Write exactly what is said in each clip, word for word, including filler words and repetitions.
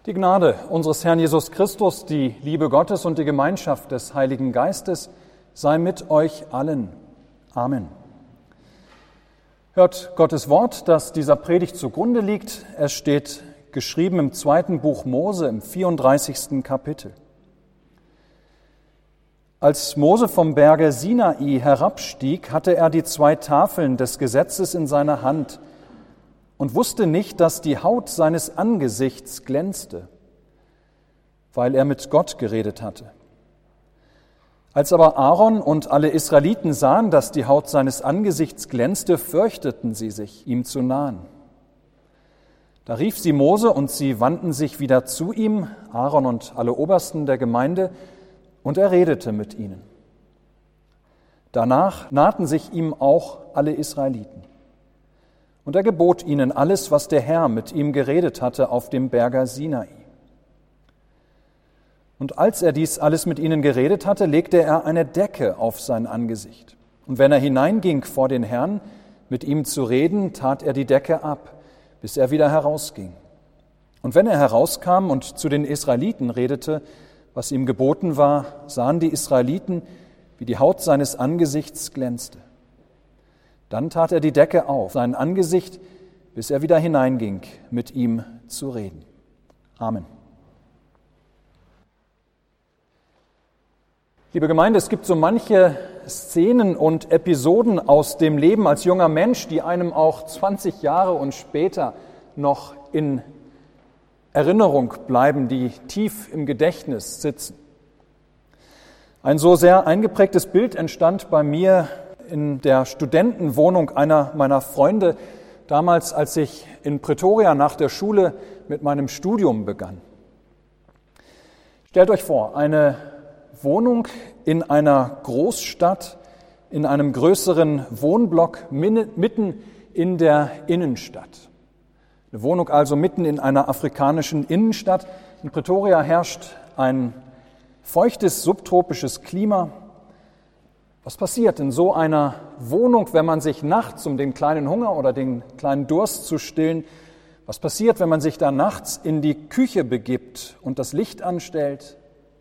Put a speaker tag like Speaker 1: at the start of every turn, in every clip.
Speaker 1: Die Gnade unseres Herrn Jesus Christus, die Liebe Gottes und die Gemeinschaft des Heiligen Geistes sei mit euch allen. Amen. Hört Gottes Wort, das dieser Predigt zugrunde liegt. Es steht geschrieben im zweiten Buch Mose, im vierunddreißigsten Kapitel. Als Mose vom Berge Sinai herabstieg, hatte er die zwei Tafeln des Gesetzes in seiner Hand und wusste nicht, dass die Haut seines Angesichts glänzte, weil er mit Gott geredet hatte. Als aber Aaron und alle Israeliten sahen, dass die Haut seines Angesichts glänzte, fürchteten sie sich, ihm zu nahen. Da rief sie Mose, und sie wandten sich wieder zu ihm, Aaron und alle Obersten der Gemeinde, und er redete mit ihnen. Danach nahten sich ihm auch alle Israeliten. Und er gebot ihnen alles, was der Herr mit ihm geredet hatte auf dem Berge Sinai. Und als er dies alles mit ihnen geredet hatte, legte er eine Decke auf sein Angesicht. Und wenn er hineinging vor den Herrn, mit ihm zu reden, tat er die Decke ab, bis er wieder herausging. Und wenn er herauskam und zu den Israeliten redete, was ihm geboten war, sahen die Israeliten, wie die Haut seines Angesichts glänzte. Dann tat er die Decke auf, sein Angesicht, bis er wieder hineinging, mit ihm zu reden. Amen. Liebe Gemeinde, es gibt so manche Szenen und Episoden aus dem Leben als junger Mensch, die einem auch zwanzig Jahre und später noch in Erinnerung bleiben, die tief im Gedächtnis sitzen. Ein so sehr eingeprägtes Bild entstand bei mir in der Studentenwohnung einer meiner Freunde, damals, als ich in Pretoria nach der Schule mit meinem Studium begann. Stellt euch vor, eine Wohnung in einer Großstadt, in einem größeren Wohnblock mitten in der Innenstadt. Eine Wohnung also mitten in einer afrikanischen Innenstadt. In Pretoria herrscht ein feuchtes, subtropisches Klima. Was passiert in so einer Wohnung, wenn man sich nachts, um den kleinen Hunger oder den kleinen Durst zu stillen, was passiert, wenn man sich da nachts in die Küche begibt und das Licht anstellt?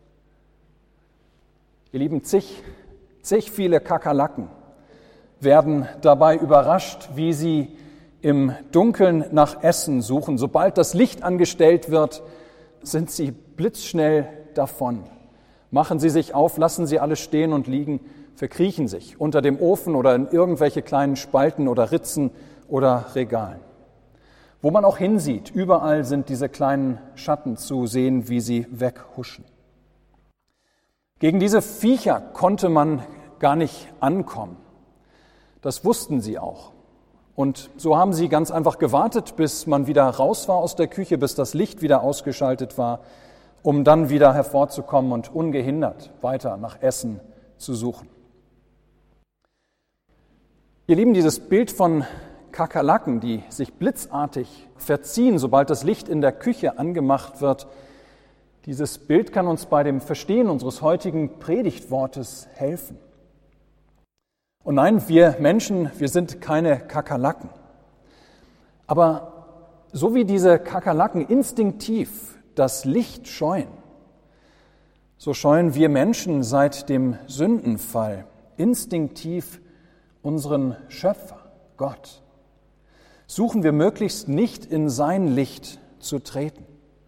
Speaker 1: Ihr Lieben, zig, zig viele Kakerlaken werden dabei überrascht, wie sie im Dunkeln nach Essen suchen. Sobald das Licht angestellt wird, sind sie blitzschnell davon. Machen sie sich auf, lassen sie alles stehen und liegen, verkriechen sich unter dem Ofen oder in irgendwelche kleinen Spalten oder Ritzen oder Regalen. Wo man auch hinsieht, überall sind diese kleinen Schatten zu sehen, wie sie weghuschen. Gegen diese Viecher konnte man gar nicht ankommen. Das wussten sie auch. Und so haben sie ganz einfach gewartet, bis man wieder raus war aus der Küche, bis das Licht wieder ausgeschaltet war, um dann wieder hervorzukommen und ungehindert weiter nach Essen zu suchen. Ihr Lieben, dieses Bild von Kakerlaken, die sich blitzartig verziehen, sobald das Licht in der Küche angemacht wird, dieses Bild kann uns bei dem Verstehen unseres heutigen Predigtwortes helfen. Und nein, wir Menschen, wir sind keine Kakerlaken. Aber so wie diese Kakerlaken instinktiv das Licht scheuen, so scheuen wir Menschen seit dem Sündenfall instinktiv unseren Schöpfer, Gott. Suchen wir möglichst nicht in sein Licht zu treten.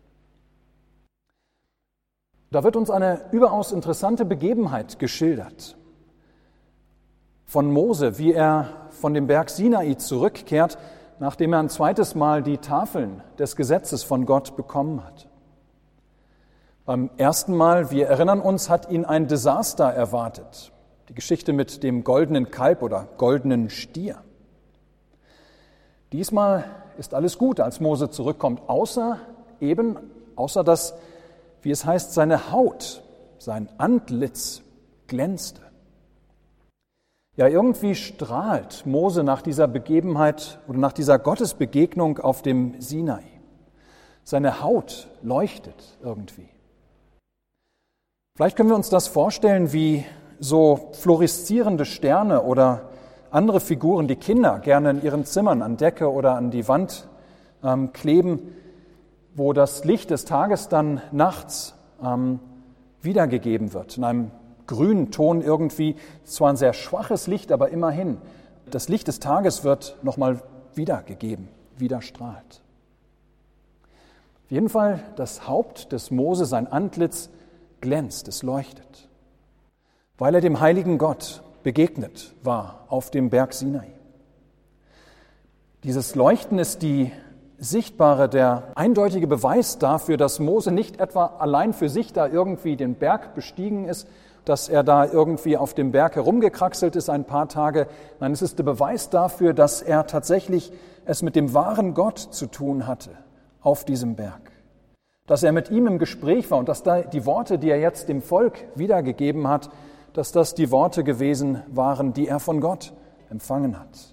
Speaker 1: Da wird uns eine überaus interessante Begebenheit geschildert von Mose, wie er von dem Berg Sinai zurückkehrt, nachdem er ein zweites Mal die Tafeln des Gesetzes von Gott bekommen hat. Beim ersten Mal, wir erinnern uns, hat ihn ein Desaster erwartet. Die Geschichte mit dem goldenen Kalb oder goldenen Stier. Diesmal ist alles gut, als Mose zurückkommt, außer eben, außer dass, wie es heißt, seine Haut, sein Antlitz glänzte. Ja, irgendwie strahlt Mose nach dieser Begebenheit oder nach dieser Gottesbegegnung auf dem Sinai. Seine Haut leuchtet irgendwie. Vielleicht können wir uns das vorstellen wie so fluoreszierende Sterne oder andere Figuren, die Kinder gerne in ihren Zimmern an Decke oder an die Wand ähm, kleben, wo das Licht des Tages dann nachts ähm, wiedergegeben wird, in einem grünen Ton irgendwie. Zwar ein sehr schwaches Licht, aber immerhin. Das Licht des Tages wird nochmal wiedergegeben, wieder strahlt. Auf jeden Fall, das Haupt des Mose, sein Antlitz, glänzt, es leuchtet, weil er dem heiligen Gott begegnet war auf dem Berg Sinai. Dieses Leuchten ist die sichtbare, der eindeutige Beweis dafür, dass Mose nicht etwa allein für sich da irgendwie den Berg bestiegen ist, dass er da irgendwie auf dem Berg herumgekraxelt ist ein paar Tage. Nein, es ist der Beweis dafür, dass er tatsächlich es mit dem wahren Gott zu tun hatte auf diesem Berg. Dass er mit ihm im Gespräch war und dass da die Worte, die er jetzt dem Volk wiedergegeben hat, dass das die Worte gewesen waren, die er von Gott empfangen hat.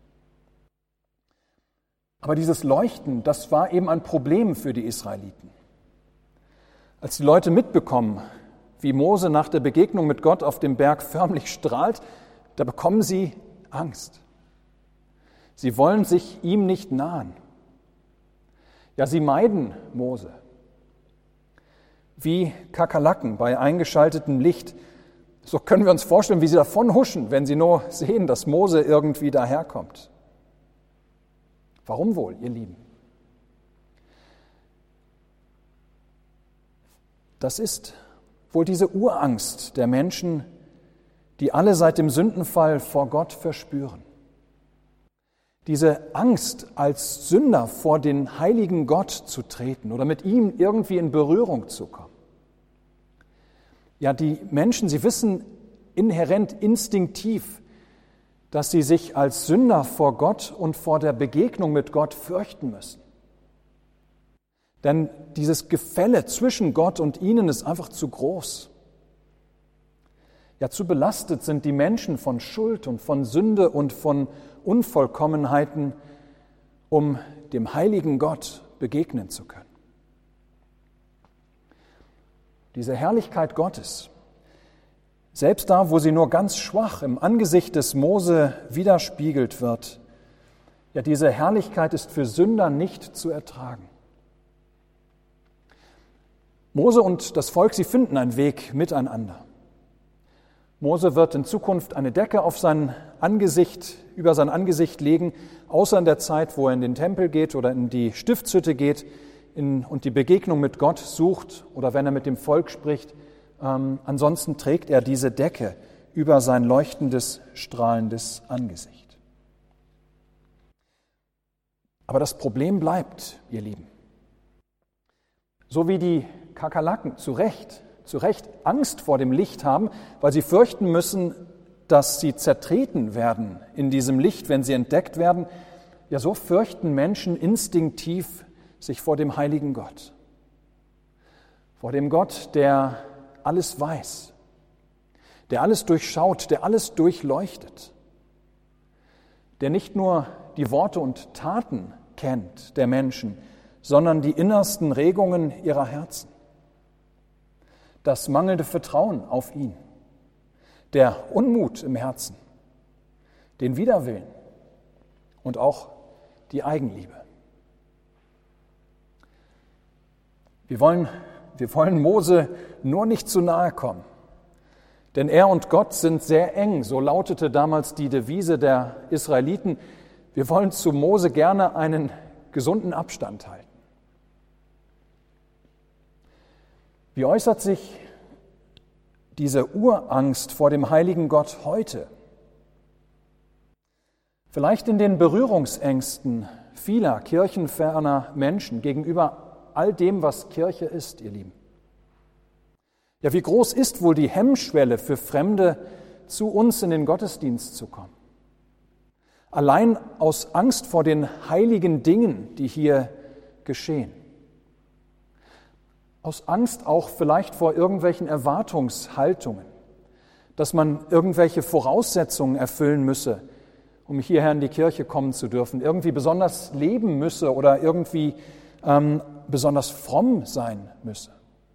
Speaker 1: Aber dieses Leuchten, das war eben ein Problem für die Israeliten. Als die Leute mitbekommen, wie Mose nach der Begegnung mit Gott auf dem Berg förmlich strahlt, da bekommen sie Angst. Sie wollen sich ihm nicht nahen. Ja, sie meiden Mose. Wie Kakerlaken bei eingeschaltetem Licht. So können wir uns vorstellen, wie sie davon huschen, wenn sie nur sehen, dass Mose irgendwie daherkommt. Warum wohl, ihr Lieben? Das ist wohl diese Urangst der Menschen, die alle seit dem Sündenfall vor Gott verspüren. Diese Angst, als Sünder vor den heiligen Gott zu treten oder mit ihm irgendwie in Berührung zu kommen. Ja, die Menschen, sie wissen inhärent, instinktiv, dass sie sich als Sünder vor Gott und vor der Begegnung mit Gott fürchten müssen. Denn dieses Gefälle zwischen Gott und ihnen ist einfach zu groß. Ja, zu belastet sind die Menschen von Schuld und von Sünde und von Unvollkommenheiten, um dem heiligen Gott begegnen zu können. Diese Herrlichkeit Gottes, selbst da, wo sie nur ganz schwach im Angesicht des Mose widerspiegelt wird, ja, diese Herrlichkeit ist für Sünder nicht zu ertragen. Mose und das Volk, sie finden einen Weg miteinander. Mose wird in Zukunft eine Decke auf sein Angesicht, über sein Angesicht legen, außer in der Zeit, wo er in den Tempel geht oder in die Stiftshütte geht in, und die Begegnung mit Gott sucht oder wenn er mit dem Volk spricht. Ähm, ansonsten trägt er diese Decke über sein leuchtendes, strahlendes Angesicht. Aber das Problem bleibt, ihr Lieben. So wie die Kakerlaken zu Recht, zu Recht Angst vor dem Licht haben, weil sie fürchten müssen, dass sie zertreten werden in diesem Licht, wenn sie entdeckt werden, ja, so fürchten Menschen instinktiv sich vor dem heiligen Gott. Vor dem Gott, der alles weiß, der alles durchschaut, der alles durchleuchtet, der nicht nur die Worte und Taten kennt der Menschen, sondern die innersten Regungen ihrer Herzen. Das mangelnde Vertrauen auf ihn, der Unmut im Herzen, den Widerwillen und auch die Eigenliebe. Wir wollen, wir wollen Mose nur nicht zu nahe kommen, denn er und Gott sind sehr eng, so lautete damals die Devise der Israeliten. Wir wollen zu Mose gerne einen gesunden Abstand halten. Wie äußert sich diese Urangst vor dem heiligen Gott heute? Vielleicht in den Berührungsängsten vieler kirchenferner Menschen gegenüber all dem, was Kirche ist, ihr Lieben. Ja, wie groß ist wohl die Hemmschwelle für Fremde, zu uns in den Gottesdienst zu kommen? Allein aus Angst vor den heiligen Dingen, die hier geschehen. Aus Angst auch vielleicht vor irgendwelchen Erwartungshaltungen, dass man irgendwelche Voraussetzungen erfüllen müsse, um hierher in die Kirche kommen zu dürfen, irgendwie besonders leben müsse oder irgendwie ähm, besonders fromm sein müsse.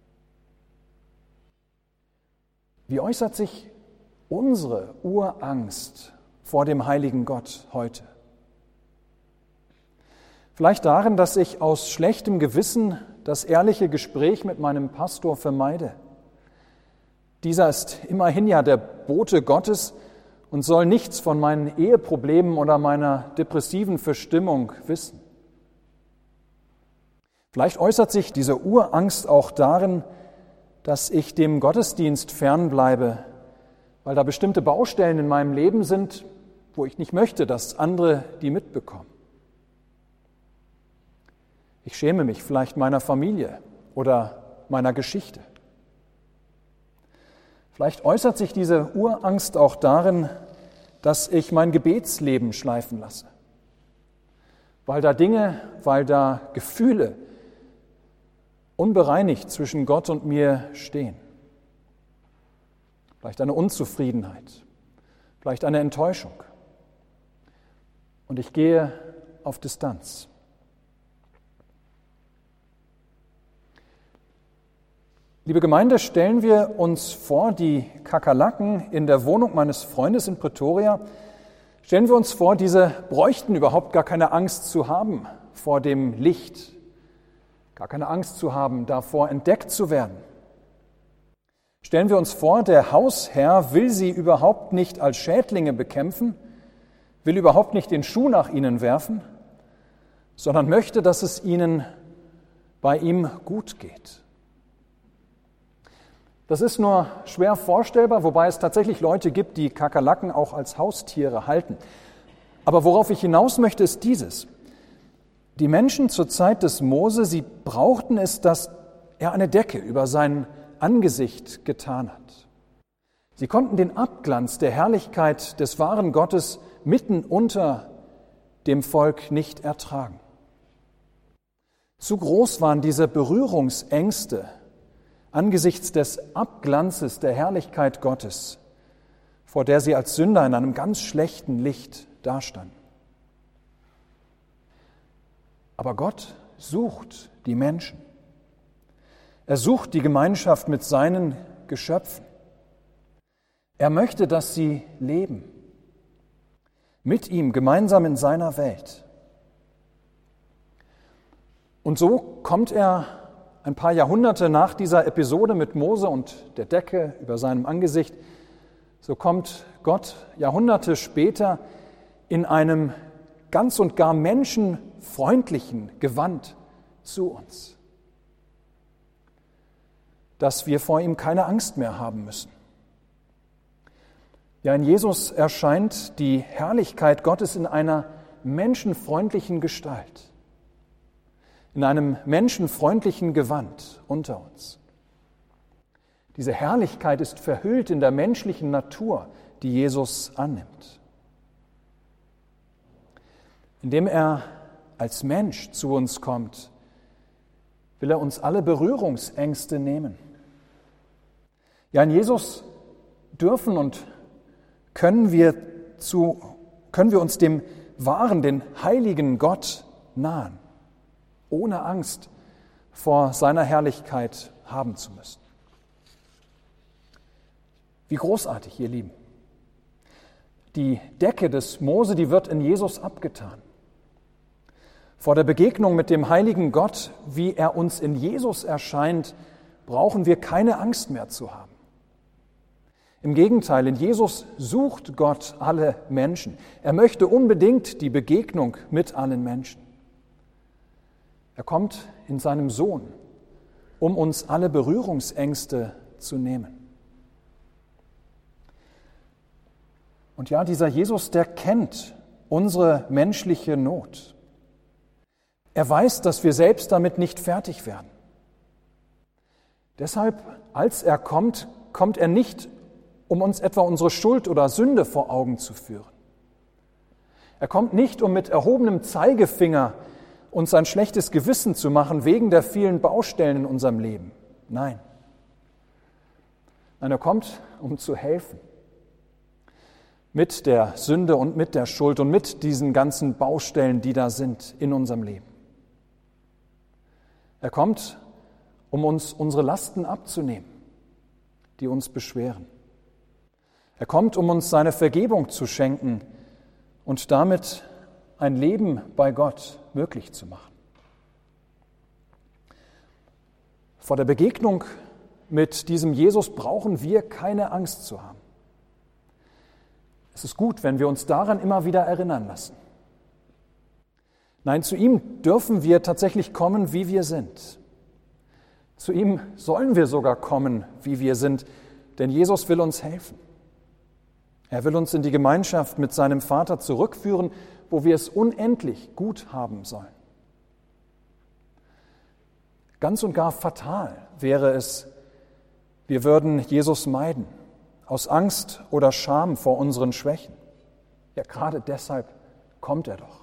Speaker 1: Wie äußert sich unsere Urangst vor dem heiligen Gott heute? Vielleicht darin, dass ich aus schlechtem Gewissen das ehrliche Gespräch mit meinem Pastor vermeide. Dieser ist immerhin ja der Bote Gottes und soll nichts von meinen Eheproblemen oder meiner depressiven Verstimmung wissen. Vielleicht äußert sich diese Urangst auch darin, dass ich dem Gottesdienst fernbleibe, weil da bestimmte Baustellen in meinem Leben sind, wo ich nicht möchte, dass andere die mitbekommen. Ich schäme mich vielleicht meiner Familie oder meiner Geschichte. Vielleicht äußert sich diese Urangst auch darin, dass ich mein Gebetsleben schleifen lasse, weil da Dinge, weil da Gefühle unbereinigt zwischen Gott und mir stehen. Vielleicht eine Unzufriedenheit, vielleicht eine Enttäuschung. Und ich gehe auf Distanz. Liebe Gemeinde, stellen wir uns vor, die Kakerlaken in der Wohnung meines Freundes in Pretoria, stellen wir uns vor, diese bräuchten überhaupt gar keine Angst zu haben vor dem Licht, gar keine Angst zu haben, davor entdeckt zu werden. Stellen wir uns vor, der Hausherr will sie überhaupt nicht als Schädlinge bekämpfen, will überhaupt nicht den Schuh nach ihnen werfen, sondern möchte, dass es ihnen bei ihm gut geht. Das ist nur schwer vorstellbar, wobei es tatsächlich Leute gibt, die Kakerlaken auch als Haustiere halten. Aber worauf ich hinaus möchte, ist dieses. Die Menschen zur Zeit des Mose, sie brauchten es, dass er eine Decke über sein Angesicht getan hat. Sie konnten den Abglanz der Herrlichkeit des wahren Gottes mitten unter dem Volk nicht ertragen. Zu groß waren diese Berührungsängste angesichts des Abglanzes der Herrlichkeit Gottes, vor der sie als Sünder in einem ganz schlechten Licht dastanden. Aber Gott sucht die Menschen. Er sucht die Gemeinschaft mit seinen Geschöpfen. Er möchte, dass sie leben, mit ihm gemeinsam in seiner Welt. Und so kommt er ein paar Jahrhunderte nach dieser Episode mit Mose und der Decke über seinem Angesicht, so kommt Gott Jahrhunderte später in einem ganz und gar menschenfreundlichen Gewand zu uns, dass wir vor ihm keine Angst mehr haben müssen. Ja, in Jesus erscheint die Herrlichkeit Gottes in einer menschenfreundlichen Gestalt, in einem menschenfreundlichen Gewand unter uns. Diese Herrlichkeit ist verhüllt in der menschlichen Natur, die Jesus annimmt. Indem er als Mensch zu uns kommt, will er uns alle Berührungsängste nehmen. Ja, in Jesus dürfen und können wir, zu, können wir uns dem wahren, den heiligen Gott nahen, ohne Angst vor seiner Herrlichkeit haben zu müssen. Wie großartig, ihr Lieben. Die Decke des Mose, die wird in Jesus abgetan. Vor der Begegnung mit dem heiligen Gott, wie er uns in Jesus erscheint, brauchen wir keine Angst mehr zu haben. Im Gegenteil, in Jesus sucht Gott alle Menschen. Er möchte unbedingt die Begegnung mit allen Menschen. Er kommt in seinem Sohn, um uns alle Berührungsängste zu nehmen. Und ja, dieser Jesus, der kennt unsere menschliche Not. Er weiß, dass wir selbst damit nicht fertig werden. Deshalb, als er kommt, kommt er nicht, um uns etwa unsere Schuld oder Sünde vor Augen zu führen. Er kommt nicht, um mit erhobenem Zeigefinger uns ein schlechtes Gewissen zu machen wegen der vielen Baustellen in unserem Leben. Nein. Nein, er kommt, um zu helfen. Mit der Sünde und mit der Schuld und mit diesen ganzen Baustellen, die da sind in unserem Leben. Er kommt, um uns unsere Lasten abzunehmen, die uns beschweren. Er kommt, um uns seine Vergebung zu schenken und damit ein Leben bei Gott möglich zu machen. Vor der Begegnung mit diesem Jesus brauchen wir keine Angst zu haben. Es ist gut, wenn wir uns daran immer wieder erinnern lassen. Nein, zu ihm dürfen wir tatsächlich kommen, wie wir sind. Zu ihm sollen wir sogar kommen, wie wir sind, denn Jesus will uns helfen. Er will uns in die Gemeinschaft mit seinem Vater zurückführen, wo wir es unendlich gut haben sollen. Ganz und gar fatal wäre es, wir würden Jesus meiden, aus Angst oder Scham vor unseren Schwächen. Ja, gerade deshalb kommt er doch.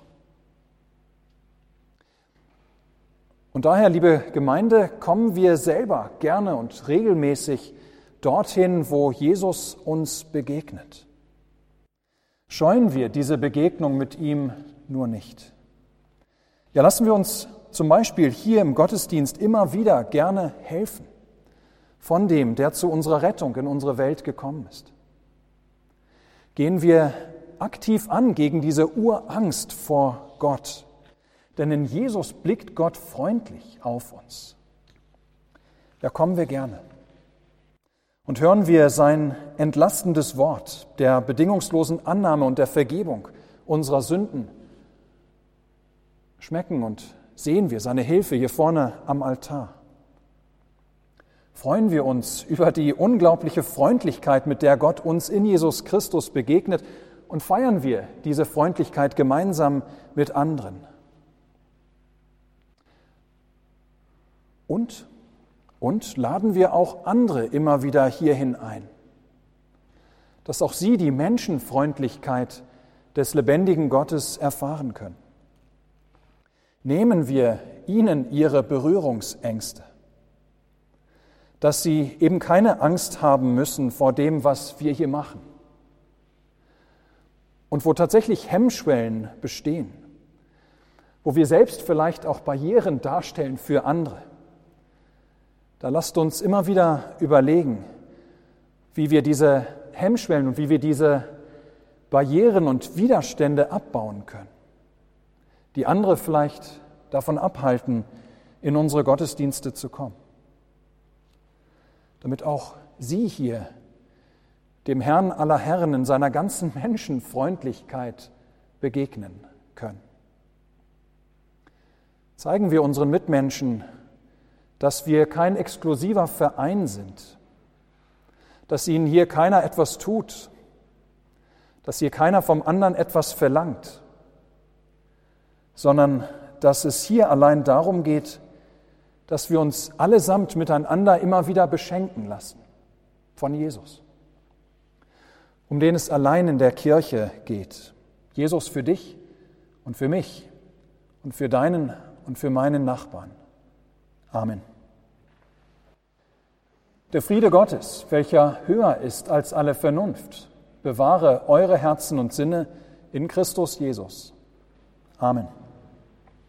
Speaker 1: Und daher, liebe Gemeinde, kommen wir selber gerne und regelmäßig dorthin, wo Jesus uns begegnet. Scheuen wir diese Begegnung mit ihm nur nicht. Ja, lassen wir uns zum Beispiel hier im Gottesdienst immer wieder gerne helfen von dem, der zu unserer Rettung in unsere Welt gekommen ist. Gehen wir aktiv an gegen diese Urangst vor Gott, denn in Jesus blickt Gott freundlich auf uns. Da kommen wir gerne. Und hören wir sein entlastendes Wort der bedingungslosen Annahme und der Vergebung unserer Sünden. Schmecken und sehen wir seine Hilfe hier vorne am Altar. Freuen wir uns über die unglaubliche Freundlichkeit, mit der Gott uns in Jesus Christus begegnet, und feiern wir diese Freundlichkeit gemeinsam mit anderen. Und, und laden wir auch andere immer wieder hierhin ein, dass auch sie die Menschenfreundlichkeit des lebendigen Gottes erfahren können. Nehmen wir ihnen ihre Berührungsängste, dass sie eben keine Angst haben müssen vor dem, was wir hier machen. Und wo tatsächlich Hemmschwellen bestehen, wo wir selbst vielleicht auch Barrieren darstellen für andere, da lasst uns immer wieder überlegen, wie wir diese Hemmschwellen und wie wir diese Barrieren und Widerstände abbauen können, die andere vielleicht davon abhalten, in unsere Gottesdienste zu kommen. Damit auch Sie hier dem Herrn aller Herren in seiner ganzen Menschenfreundlichkeit begegnen können. Zeigen wir unseren Mitmenschen, dass wir kein exklusiver Verein sind, dass ihnen hier keiner etwas tut, dass hier keiner vom anderen etwas verlangt, sondern dass es hier allein darum geht, dass wir uns allesamt miteinander immer wieder beschenken lassen von Jesus, um den es allein in der Kirche geht. Jesus für dich und für mich und für deinen und für meinen Nachbarn. Amen. Der Friede Gottes, welcher höher ist als alle Vernunft, bewahre eure Herzen und Sinne in Christus Jesus. Amen.